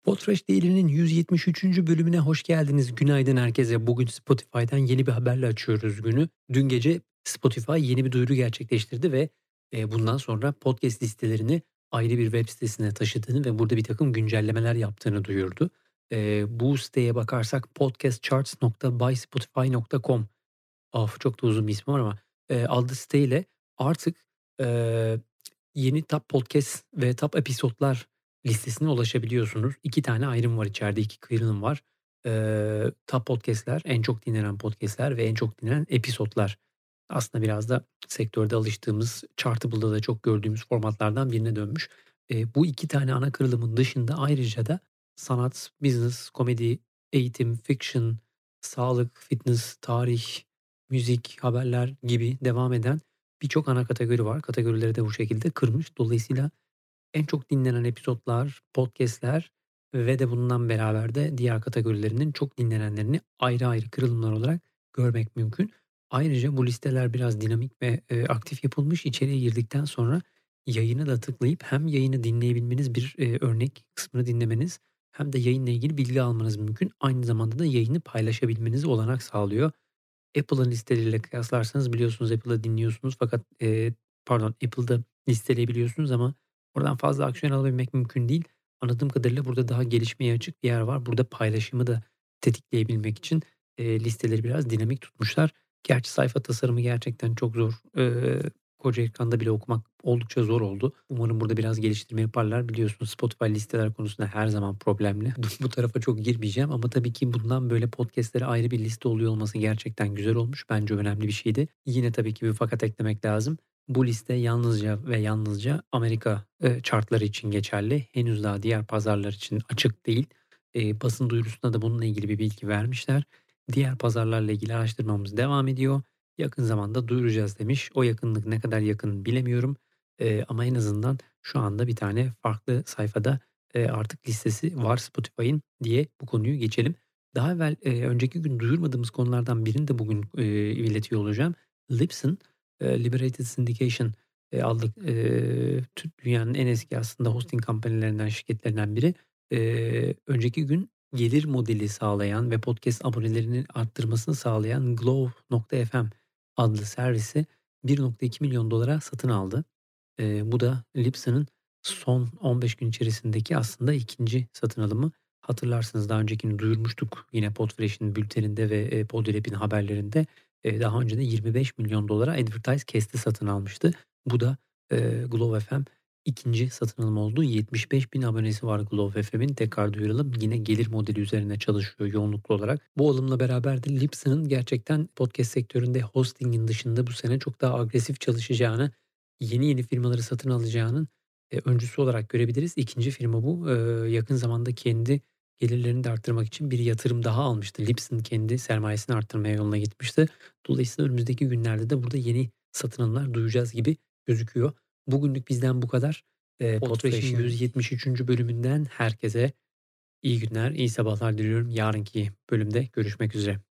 Podfresh Daily'nin 173. bölümüne hoş geldiniz. Günaydın herkese. Bugün Spotify'dan yeni bir haberle açıyoruz günü. Dün gece Spotify yeni bir duyuru gerçekleştirdi ve bundan sonra podcast listelerini ayrı bir web sitesine taşıdığını ve burada bir takım güncellemeler yaptığını duyurdu. Bu siteye bakarsak podcastcharts.byspotify.com. Of, çok da uzun bir ismi var ama adlı siteyle artık eee, yeni top podcast ve top episodlar listesine ulaşabiliyorsunuz. 2 tane ayrım var içeride, 2 kıvrım var. Top podcast'ler, en çok dinlenen podcast'ler ve en çok dinlenen episodlar. Aslında biraz da sektörde alıştığımız, Chartable'da da çok gördüğümüz formatlardan birine dönmüş. Bu 2 tane ana kırılımın dışında ayrıca da sanat, business, komedi, eğitim, fiction, sağlık, fitness, tarih, müzik, haberler gibi devam eden birçok ana kategori var. Kategorileri de bu şekilde kırmış. Dolayısıyla en çok dinlenen episodlar, podcast'ler ve de bundan beraber de diğer kategorilerinin çok dinlenenlerini ayrı ayrı kırılımlar olarak görmek mümkün. Ayrıca bu listeler biraz dinamik ve aktif yapılmış. İçeriye girdikten sonra yayını da tıklayıp hem yayını dinleyebilmeniz, bir örnek kısmını dinlemeniz hem de yayınla ilgili bilgi almanız mümkün. Aynı zamanda da yayını paylaşabilmenize olanak sağlıyor. Apple'ın listeleriyle kıyaslarsanız biliyorsunuz Apple'da dinliyorsunuz fakat, Apple'da listeleyebiliyorsunuz ama oradan fazla aksiyon alabilmek mümkün değil. Anladığım kadarıyla burada daha gelişmeye açık bir yer var. Burada paylaşımı da tetikleyebilmek için, listeleri biraz dinamik tutmuşlar. Gerçi sayfa tasarımı gerçekten çok zor. Koca ekranda bile okumak oldukça zor oldu. Umarım burada biraz geliştirme yaparlar. Biliyorsunuz Spotify listeler konusunda her zaman problemli. Bu tarafa çok girmeyeceğim ama tabii ki bundan böyle podcast'lere ayrı bir liste oluyor olması gerçekten güzel olmuş. Bence önemli bir şeydi. Yine tabii ki bir fakat eklemek lazım. Bu liste yalnızca ve yalnızca Amerika, chart'ları için geçerli. Henüz daha diğer pazarlar için açık değil. Basın duyurusunda da bununla ilgili bir bilgi vermişler. Diğer pazarlarla ilgili araştırmamız devam ediyor. Yakın zamanda duyuracağız demiş. O yakınlık ne kadar yakın bilemiyorum. Ama en azından şu anda bir tane farklı sayfada, artık listesi var Spotify'ın diye bu konuyu geçelim. Daha evvel, önceki gün duyurmadığımız konulardan birini de bugün, iletiyor olacağım. Libsyn, Liberated Syndication, adlı, dünyanın en eski aslında hosting kampanyalarından, şirketlerinden biri. Önceki gün gelir modeli sağlayan ve podcast abonelerinin arttırmasını sağlayan Glow.fm adlı servisi $1,2 milyon satın aldı. Bu da Libsyn'ın son 15 gün içerisindeki aslında ikinci satın alımı. Hatırlarsınız daha öncekini duyurmuştuk yine Podfresh'in bülteninde ve, Podrap'in haberlerinde. Daha önce de $25 milyon Advertise Cast'i satın almıştı. Bu da, Glow FM ikinci satın alım oldu. 75.000 abonesi var Glow FM'in. Tekrar duyuralım. Yine gelir modeli üzerine çalışıyor yoğunluklu olarak. Bu alımla beraber de Libsyn'ın gerçekten podcast sektöründe hosting'in dışında bu sene çok daha agresif çalışacağını, yeni firmaları satın alacağının, öncüsü olarak görebiliriz. İkinci firma bu. Yakın zamanda kendi gelirlerini de arttırmak için bir yatırım daha almıştı. Libsyn kendi sermayesini arttırmaya yoluna gitmişti. Dolayısıyla önümüzdeki günlerde de burada yeni satın alımlar duyacağız gibi gözüküyor. Bugünlük bizden bu kadar. Podfresh'in 173. bölümünden herkese iyi günler, iyi sabahlar diliyorum. Yarınki bölümde görüşmek üzere.